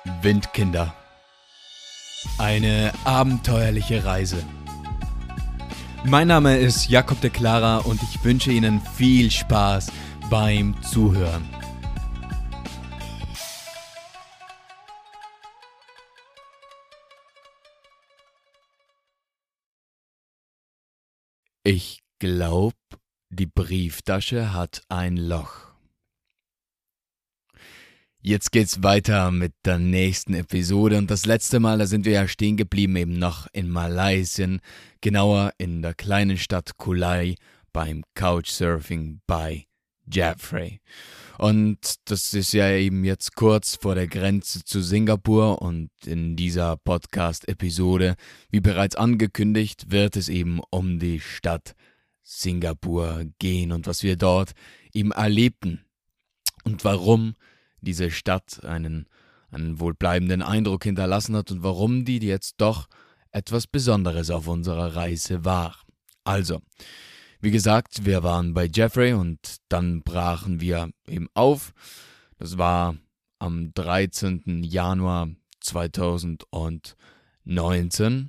Windkinder. Eine abenteuerliche Reise. Mein Name ist Jakob de Clara und ich wünsche Ihnen viel Spaß beim Zuhören. Ich glaube, die Brieftasche hat ein Loch. Jetzt geht's weiter mit der nächsten Episode und das letzte Mal, da sind wir ja stehen geblieben, eben noch in Malaysia, genauer in der kleinen Stadt Kulai beim Couchsurfing bei Jeffrey. Und das ist ja eben jetzt kurz vor der Grenze zu Singapur und in dieser Podcast-Episode, wie bereits angekündigt, wird es eben um die Stadt Singapur gehen und was wir dort eben erlebten und warum diese Stadt einen wohlbleibenden Eindruck hinterlassen hat und warum die jetzt doch etwas Besonderes auf unserer Reise war. Also, wie gesagt, wir waren bei Jeffrey und dann brachen wir eben auf. Das war am 13. Januar 2019.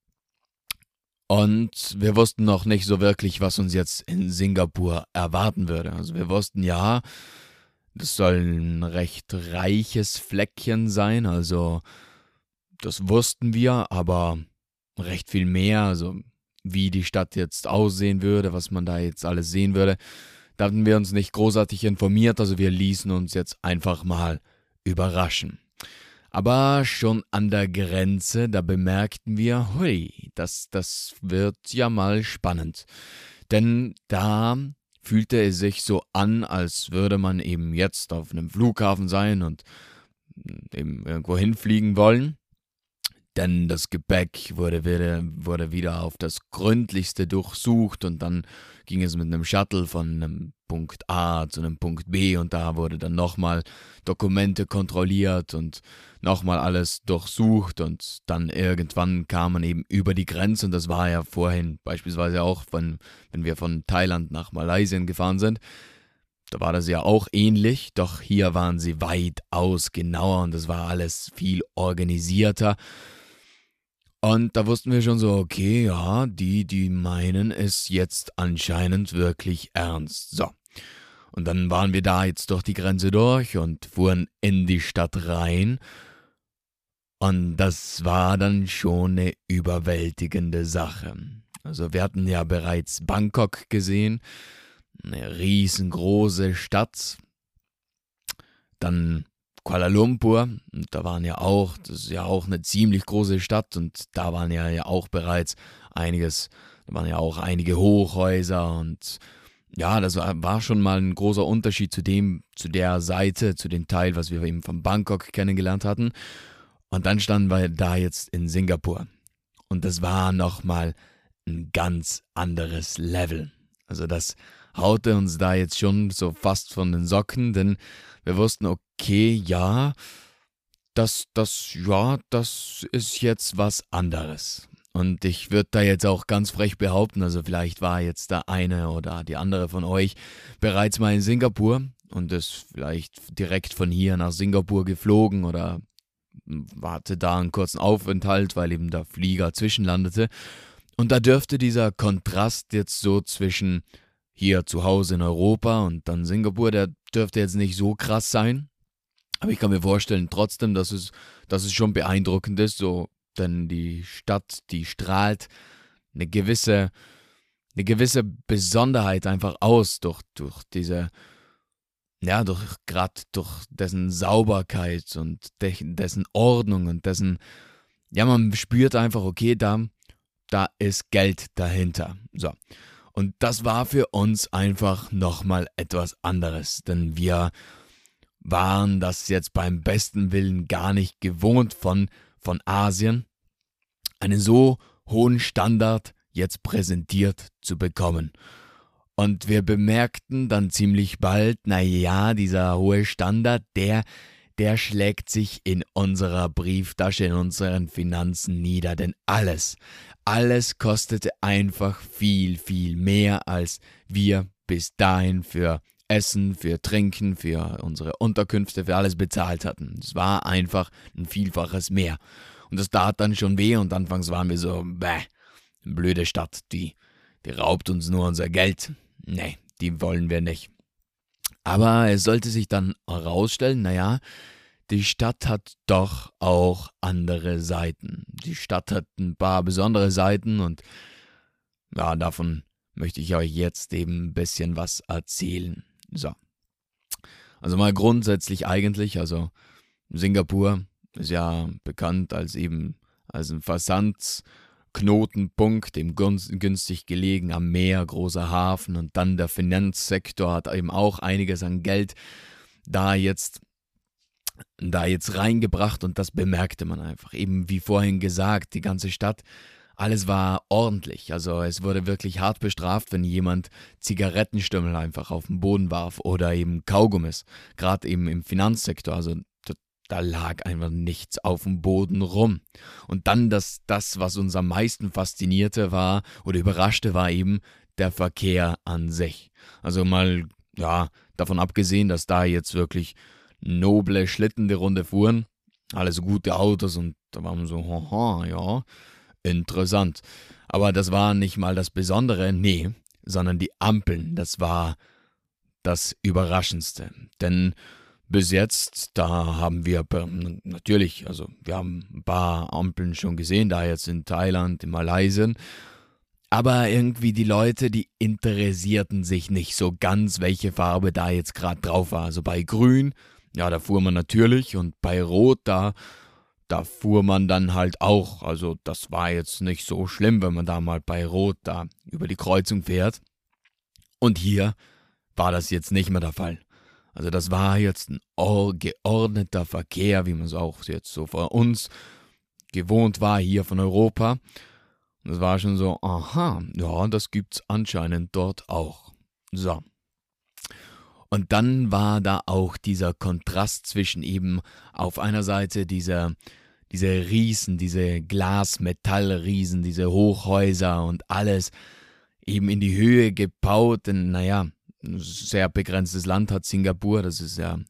Und wir wussten noch nicht so wirklich, was uns jetzt in Singapur erwarten würde. Also wir wussten, ja, das soll ein recht reiches Fleckchen sein, also das wussten wir, aber recht viel mehr, also wie die Stadt jetzt aussehen würde, was man da jetzt alles sehen würde, da hatten wir uns nicht großartig informiert, also wir ließen uns jetzt einfach mal überraschen. Aber schon an der Grenze, da bemerkten wir, hui, das wird ja mal spannend, denn da fühlte es sich so an, als würde man eben jetzt auf einem Flughafen sein und eben irgendwo hinfliegen wollen. Denn das Gepäck wurde wieder auf das Gründlichste durchsucht und dann ging es mit einem Shuttle von einem Punkt A zu einem Punkt B und da wurde dann nochmal Dokumente kontrolliert und nochmal alles durchsucht und dann irgendwann kam man eben über die Grenze und das war ja vorhin beispielsweise auch, wenn wir von Thailand nach Malaysia gefahren sind, da war das ja auch ähnlich, doch hier waren sie weitaus genauer und das war alles viel organisierter. Und da wussten wir schon so, okay, ja, die meinen es jetzt anscheinend wirklich ernst. So, und dann waren wir da jetzt durch die Grenze durch und fuhren in die Stadt rein. Und das war dann schon eine überwältigende Sache. Also wir hatten ja bereits Bangkok gesehen, eine riesengroße Stadt. Dann Kuala Lumpur, und das ist ja auch eine ziemlich große Stadt und da waren ja auch bereits da waren ja auch einige Hochhäuser und ja, das war schon mal ein großer Unterschied zu dem Teil, was wir eben von Bangkok kennengelernt hatten. Und dann standen wir da jetzt in Singapur und das war nochmal ein ganz anderes Level. Also das haute uns da jetzt schon so fast von den Socken, denn wir wussten, okay, ja, das ist jetzt was anderes. Und ich würde da jetzt auch ganz frech behaupten, also vielleicht war jetzt der eine oder die andere von euch bereits mal in Singapur und ist vielleicht direkt von hier nach Singapur geflogen oder hatte da einen kurzen Aufenthalt, weil eben der Flieger zwischenlandete. Und da dürfte dieser Kontrast jetzt so zwischen hier zu Hause in Europa und dann Singapur, der dürfte jetzt nicht so krass sein. Aber ich kann mir vorstellen trotzdem, dass es schon beeindruckend ist, so, denn die Stadt, die strahlt eine gewisse Besonderheit einfach aus durch diese, ja, durch dessen Sauberkeit und dessen Ordnung und dessen, ja, man spürt einfach, okay, da ist Geld dahinter. So. Und das war für uns einfach nochmal etwas anderes, denn wir waren das jetzt beim besten Willen gar nicht gewohnt von Asien, einen so hohen Standard jetzt präsentiert zu bekommen. Und wir bemerkten dann ziemlich bald, naja, dieser hohe Standard, der schlägt sich in unserer Brieftasche, in unseren Finanzen nieder, denn alles kostete einfach viel, viel mehr, als wir bis dahin für Essen, für Trinken, für unsere Unterkünfte, für alles bezahlt hatten. Es war einfach ein Vielfaches mehr. Und das tat dann schon weh und anfangs waren wir so, blöde Stadt, die raubt uns nur unser Geld. Nee, die wollen wir nicht. Aber es sollte sich dann herausstellen, naja, die Stadt hat doch auch andere Seiten. Die Stadt hat ein paar besondere Seiten und ja, davon möchte ich euch jetzt eben ein bisschen was erzählen. So, also mal grundsätzlich eigentlich, also Singapur ist ja bekannt als eben als ein Versandknotenpunkt, eben günstig gelegen am Meer, großer Hafen und dann der Finanzsektor hat eben auch einiges an Geld da jetzt reingebracht und das bemerkte man einfach. Eben wie vorhin gesagt, die ganze Stadt, alles war ordentlich. Also es wurde wirklich hart bestraft, wenn jemand Zigarettenstummel einfach auf den Boden warf oder eben Kaugummis. Gerade eben im Finanzsektor, also da lag einfach nichts auf dem Boden rum. Und dann das, was uns am meisten faszinierte war oder überraschte, war eben der Verkehr an sich. Also mal, ja, davon abgesehen, dass da jetzt wirklich noble Schlitten die Runde fuhren, alles gute Autos und da waren wir so, haha, ja, interessant. Aber das war nicht mal das Besondere, nee, sondern die Ampeln, das war das Überraschendste. Denn bis jetzt, da haben wir natürlich, also wir haben ein paar Ampeln schon gesehen, da jetzt in Thailand, in Malaysia, aber irgendwie die Leute, die interessierten sich nicht so ganz, welche Farbe da jetzt gerade drauf war. Also bei Grün, ja, da fuhr man natürlich und bei Rot, da fuhr man dann halt auch. Also das war jetzt nicht so schlimm, wenn man da mal bei Rot da über die Kreuzung fährt. Und hier war das jetzt nicht mehr der Fall. Also das war jetzt ein geordneter Verkehr, wie man es auch jetzt so vor uns gewohnt war, hier von Europa. Und es war schon so, aha, ja, das gibt's anscheinend dort auch. So. Und dann war da auch dieser Kontrast zwischen eben auf einer Seite diese Riesen, diese Glas-Metall-Riesen, diese Hochhäuser und alles eben in die Höhe gebaut. Denn naja, ein sehr begrenztes Land hat Singapur, das ist ja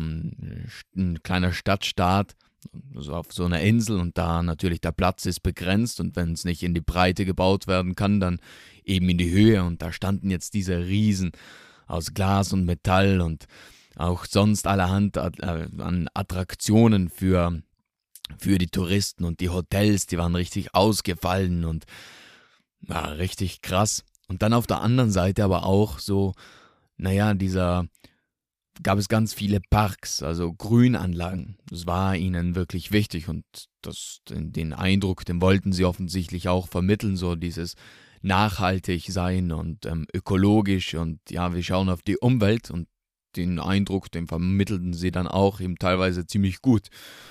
ein kleiner Stadtstaat, also auf so einer Insel und da natürlich der Platz ist begrenzt und wenn es nicht in die Breite gebaut werden kann, dann eben in die Höhe und da standen jetzt diese Riesen aus Glas und Metall und auch sonst allerhand an Attraktionen für die Touristen und die Hotels, die waren richtig ausgefallen und ja, richtig krass. Und dann auf der anderen Seite aber auch so, naja, gab es ganz viele Parks, also Grünanlagen. Das war ihnen wirklich wichtig und den Eindruck, den wollten sie offensichtlich auch vermitteln, so dieses nachhaltig sein und ökologisch und ja, wir schauen auf die Umwelt und den Eindruck, den vermittelten sie dann auch eben teilweise ziemlich gut.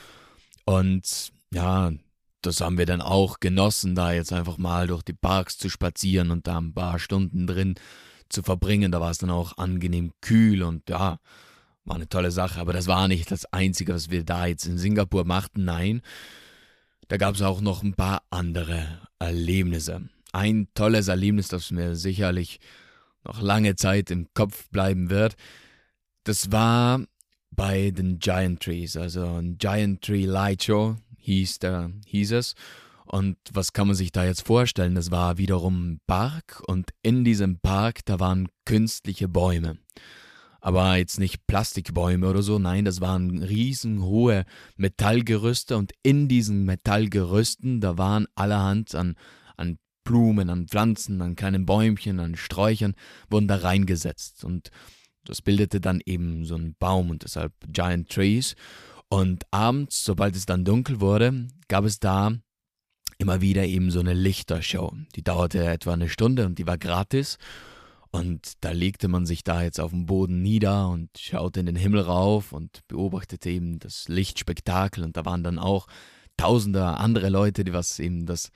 Und ja, das haben wir dann auch genossen, da jetzt einfach mal durch die Parks zu spazieren und da ein paar Stunden drin zu verbringen. Da war es dann auch angenehm kühl und ja, war eine tolle Sache. Aber das war nicht das Einzige, was wir da jetzt in Singapur machten. Nein, da gab es auch noch ein paar andere Erlebnisse. Ein tolles Erlebnis, das mir sicherlich noch lange Zeit im Kopf bleiben wird, das war bei den Giant Trees, also ein Giant Tree Light Show hieß es. Und was kann man sich da jetzt vorstellen? Das war wiederum ein Park und in diesem Park, da waren künstliche Bäume. Aber jetzt nicht Plastikbäume oder so, nein, das waren riesenhohe Metallgerüste und in diesen Metallgerüsten, da waren allerhand an Blumen, an Pflanzen, an kleinen Bäumchen, an Sträuchern, wurden da reingesetzt. Und das bildete dann eben so einen Baum und deshalb Giant Trees. Und abends, sobald es dann dunkel wurde, gab es da immer wieder eben so eine Lichtershow. Die dauerte etwa eine Stunde und die war gratis. Und da legte man sich da jetzt auf dem Boden nieder und schaute in den Himmel rauf und beobachtete eben das Lichtspektakel. Und da waren dann auch tausende andere Leute, die das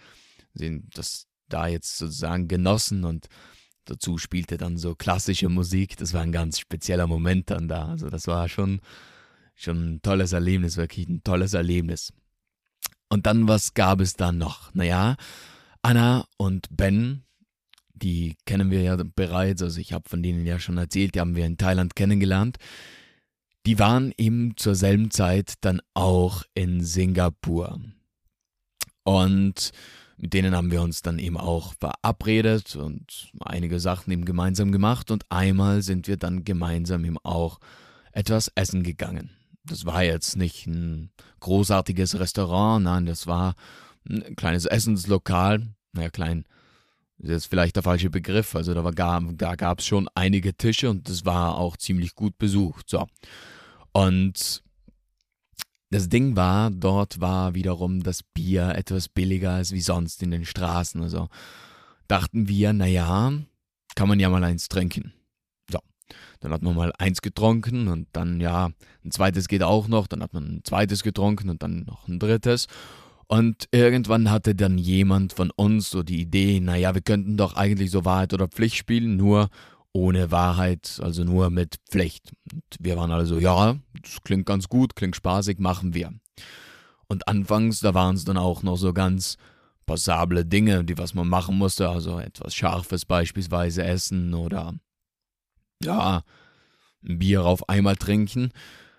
da jetzt sozusagen genossen und dazu spielte dann so klassische Musik. Das war ein ganz spezieller Moment dann da. Also das war schon ein tolles Erlebnis, wirklich ein tolles Erlebnis. Und dann, was gab es da noch? Naja, Anna und Ben, die kennen wir ja bereits, also ich habe von denen ja schon erzählt, die haben wir in Thailand kennengelernt. Die waren eben zur selben Zeit dann auch in Singapur. Und mit denen haben wir uns dann eben auch verabredet und einige Sachen eben gemeinsam gemacht. Und einmal sind wir dann gemeinsam eben auch etwas essen gegangen. Das war jetzt nicht ein großartiges Restaurant, nein, das war ein kleines Essenslokal. Naja, klein ist jetzt vielleicht der falsche Begriff. Also da gab es schon einige Tische und das war auch ziemlich gut besucht. So. Und das Ding war, dort war wiederum das Bier etwas billiger als wie sonst in den Straßen. Also dachten wir, naja, kann man ja mal eins trinken. So, dann hat man mal eins getrunken und dann, ja, ein zweites geht auch noch. Dann hat man ein zweites getrunken und dann noch ein drittes. Und irgendwann hatte dann jemand von uns so die Idee, naja, wir könnten doch eigentlich so Wahrheit oder Pflicht spielen, nur ohne Wahrheit, also nur mit Pflicht. Und wir waren also, ja, das klingt ganz gut, klingt spaßig, machen wir. Und anfangs, da waren es dann auch noch so ganz passable Dinge, die was man machen musste, also etwas Scharfes beispielsweise essen oder, ja, ein Bier auf einmal trinken.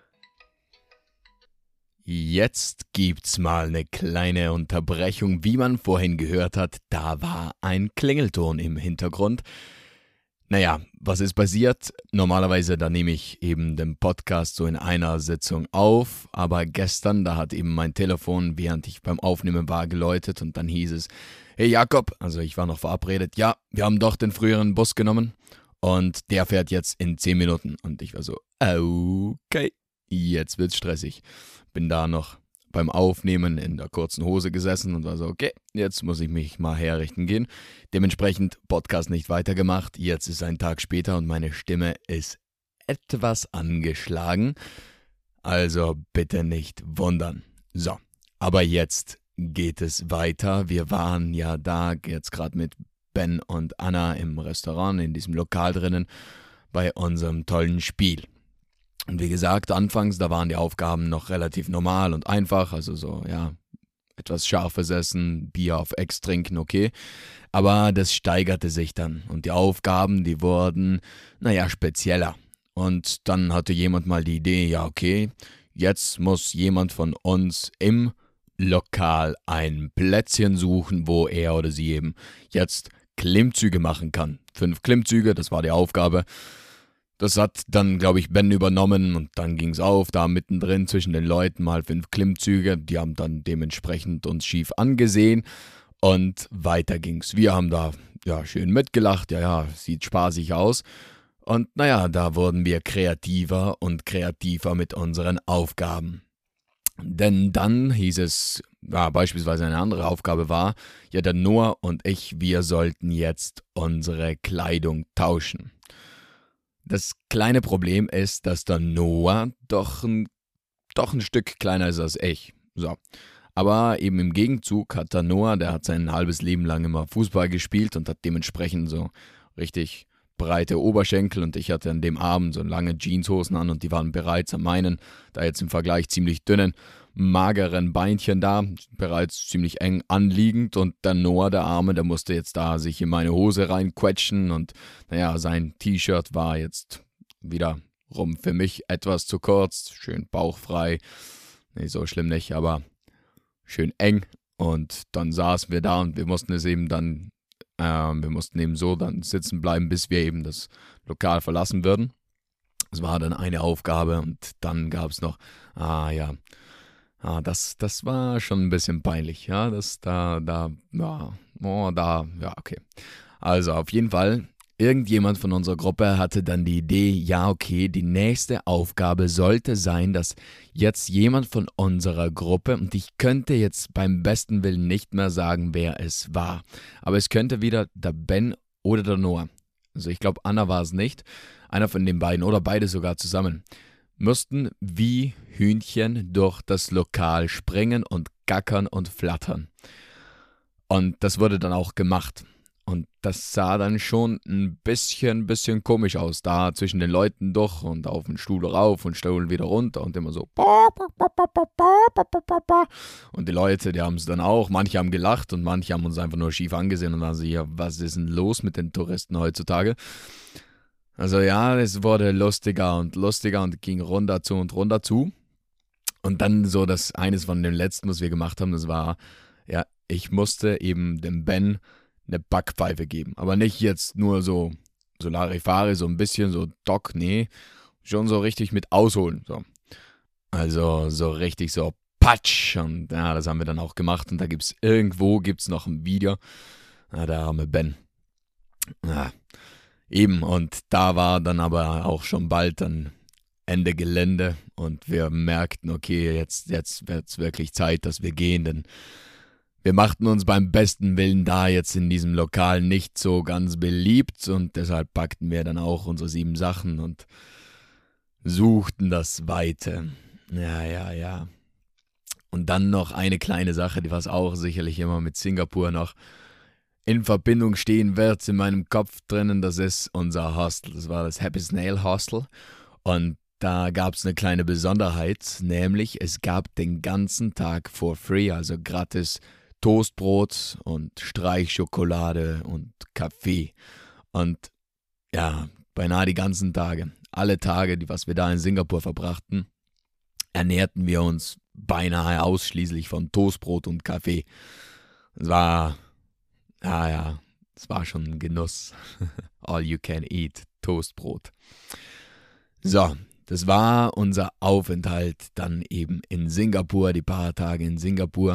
Jetzt gibt's mal eine kleine Unterbrechung, wie man vorhin gehört hat, da war ein Klingelton im Hintergrund. Naja, was ist passiert? Normalerweise, da nehme ich eben den Podcast so in einer Sitzung auf, aber gestern, da hat eben mein Telefon, während ich beim Aufnehmen war, geläutet und dann hieß es, hey Jakob, also ich war noch verabredet, ja, wir haben doch den früheren Bus genommen und der fährt jetzt in 10 Minuten. Und ich war so, okay, jetzt wird's stressig. Bin da noch beim Aufnehmen in der kurzen Hose gesessen und war so, okay, jetzt muss ich mich mal herrichten gehen. Dementsprechend Podcast nicht weitergemacht. Jetzt ist ein Tag später und meine Stimme ist etwas angeschlagen. Also bitte nicht wundern. So, aber jetzt geht es weiter. Wir waren ja da jetzt gerade mit Ben und Anna im Restaurant, in diesem Lokal drinnen, bei unserem tollen Spiel. Und wie gesagt, anfangs, da waren die Aufgaben noch relativ normal und einfach, also so, ja, etwas Scharfes essen, Bier auf Ex trinken, okay. Aber das steigerte sich dann und die Aufgaben, die wurden, naja, spezieller. Und dann hatte jemand mal die Idee, ja, okay, jetzt muss jemand von uns im Lokal ein Plätzchen suchen, wo er oder sie eben jetzt Klimmzüge machen kann. 5 Klimmzüge, das war die Aufgabe. Das hat dann, glaube ich, Ben übernommen und dann ging es auf, da mittendrin zwischen den Leuten mal 5 Klimmzüge. Die haben dann dementsprechend uns schief angesehen und weiter ging's. Wir haben da ja schön mitgelacht, ja, sieht spaßig aus. Und naja, da wurden wir kreativer und kreativer mit unseren Aufgaben. Denn dann hieß es, ja, beispielsweise eine andere Aufgabe war, ja, der Noah und ich, wir sollten jetzt unsere Kleidung tauschen. Das kleine Problem ist, dass der Noah doch ein Stück kleiner ist als ich. So. Aber eben im Gegenzug hat der Noah, der hat sein halbes Leben lang immer Fußball gespielt und hat dementsprechend so richtig breite Oberschenkel und ich hatte an dem Abend so lange Jeanshosen an und die waren bereits an meinen, da jetzt im Vergleich ziemlich dünnen, mageren Beinchen da, bereits ziemlich eng anliegend und der Noah, der Arme, der musste jetzt da sich in meine Hose reinquetschen und naja, sein T-Shirt war jetzt wiederum für mich etwas zu kurz, schön bauchfrei, nee, so schlimm nicht, aber schön eng und dann saßen wir da und wir mussten eben so dann sitzen bleiben, bis wir eben das Lokal verlassen würden. Das war dann eine Aufgabe und dann gab es noch, das war schon ein bisschen peinlich, ja, okay. Also auf jeden Fall, irgendjemand von unserer Gruppe hatte dann die Idee, ja, okay, die nächste Aufgabe sollte sein, dass jetzt jemand von unserer Gruppe, und ich könnte jetzt beim besten Willen nicht mehr sagen, wer es war, aber es könnte wieder der Ben oder der Noah, also ich glaube, Anna war es nicht, einer von den beiden oder beide sogar zusammen, mussten wie Hühnchen durch das Lokal springen und gackern und flattern. Und das wurde dann auch gemacht. Und das sah dann schon ein bisschen komisch aus, da zwischen den Leuten durch und auf den Stuhl rauf und Stuhl wieder runter und immer so. Und die Leute, die haben es dann auch, manche haben gelacht und manche haben uns einfach nur schief angesehen und waren so, ja, was ist denn los mit den Touristen heutzutage? Also ja, es wurde lustiger und ging runter zu und runter zu. Und dann so das eines von den letzten, was wir gemacht haben, das war, ja, ich musste eben dem Ben eine Backpfeife geben. Aber nicht jetzt nur so Larifari, so ein bisschen so Doc, nee, schon so richtig mit ausholen. So. Also so richtig so Patsch. Und ja, das haben wir dann auch gemacht. Und da gibt's noch ein Video. Ja, der arme Ben. Ja, eben. Und da war dann aber auch schon bald dann Ende Gelände. Und wir merkten, okay, jetzt wird's wirklich Zeit, dass wir gehen, denn wir machten uns beim besten Willen da jetzt in diesem Lokal nicht so ganz beliebt und deshalb packten wir dann auch unsere 7 Sachen und suchten das Weite. Ja. Und dann noch eine kleine Sache, die was auch sicherlich immer mit Singapur noch in Verbindung stehen wird in meinem Kopf drinnen, das ist unser Hostel. Das war das Happy Snail Hostel und da gab es eine kleine Besonderheit, nämlich es gab den ganzen Tag for free, also gratis Toastbrot und Streichschokolade und Kaffee. Und ja, beinahe die ganzen Tage, alle Tage, was wir da in Singapur verbrachten, ernährten wir uns beinahe ausschließlich von Toastbrot und Kaffee. Es war, es war schon ein Genuss. All you can eat, Toastbrot. So, das war unser Aufenthalt dann eben in Singapur, die paar Tage in Singapur.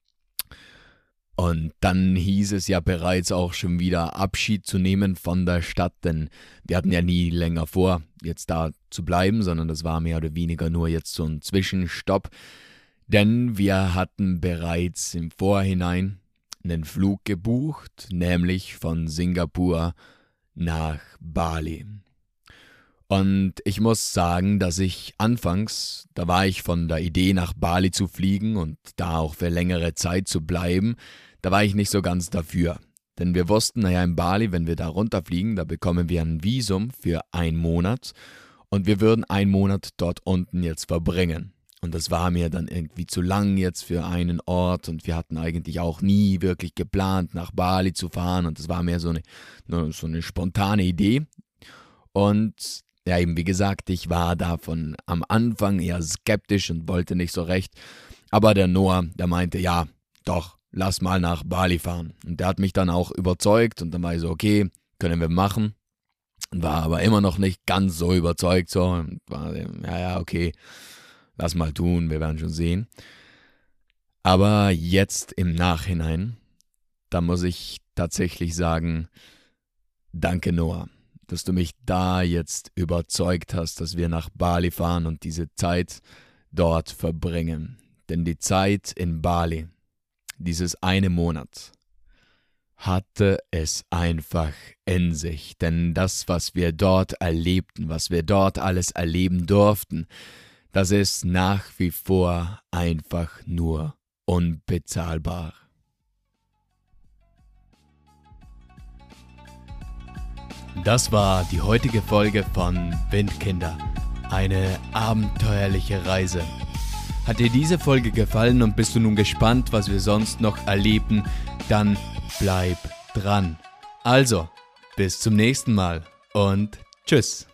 Und dann hieß es ja bereits auch schon wieder Abschied zu nehmen von der Stadt, denn wir hatten ja nie länger vor, jetzt da zu bleiben, sondern das war mehr oder weniger nur jetzt so ein Zwischenstopp, denn wir hatten bereits im Vorhinein einen Flug gebucht, nämlich von Singapur nach Bali. Und ich muss sagen, dass ich anfangs, da war ich von der Idee nach Bali zu fliegen und da auch für längere Zeit zu bleiben, da war ich nicht so ganz dafür. Denn wir wussten, naja, in Bali, wenn wir da runterfliegen, da bekommen wir ein Visum für 1 Monat und wir würden 1 Monat dort unten jetzt verbringen. Und das war mir dann irgendwie zu lang jetzt für einen Ort und wir hatten eigentlich auch nie wirklich geplant, nach Bali zu fahren und das war mehr so eine spontane Idee. Und ja, eben wie gesagt, ich war davon am Anfang eher skeptisch und wollte nicht so recht. Aber der Noah, der meinte, ja, doch, lass mal nach Bali fahren. Und der hat mich dann auch überzeugt und dann war ich so, okay, können wir machen. Und war aber immer noch nicht ganz so überzeugt so. Und war, ja, okay, lass mal tun, wir werden schon sehen. Aber jetzt im Nachhinein, da muss ich tatsächlich sagen, danke Noah, dass du mich da jetzt überzeugt hast, dass wir nach Bali fahren und diese Zeit dort verbringen. Denn die Zeit in Bali, dieses 1 Monat, hatte es einfach in sich. Denn das, was wir dort erlebten, was wir dort alles erleben durften, das ist nach wie vor einfach nur unbezahlbar. Das war die heutige Folge von Windkinder. Eine abenteuerliche Reise. Hat dir diese Folge gefallen und bist du nun gespannt, was wir sonst noch erleben, dann bleib dran. Also, bis zum nächsten Mal und tschüss.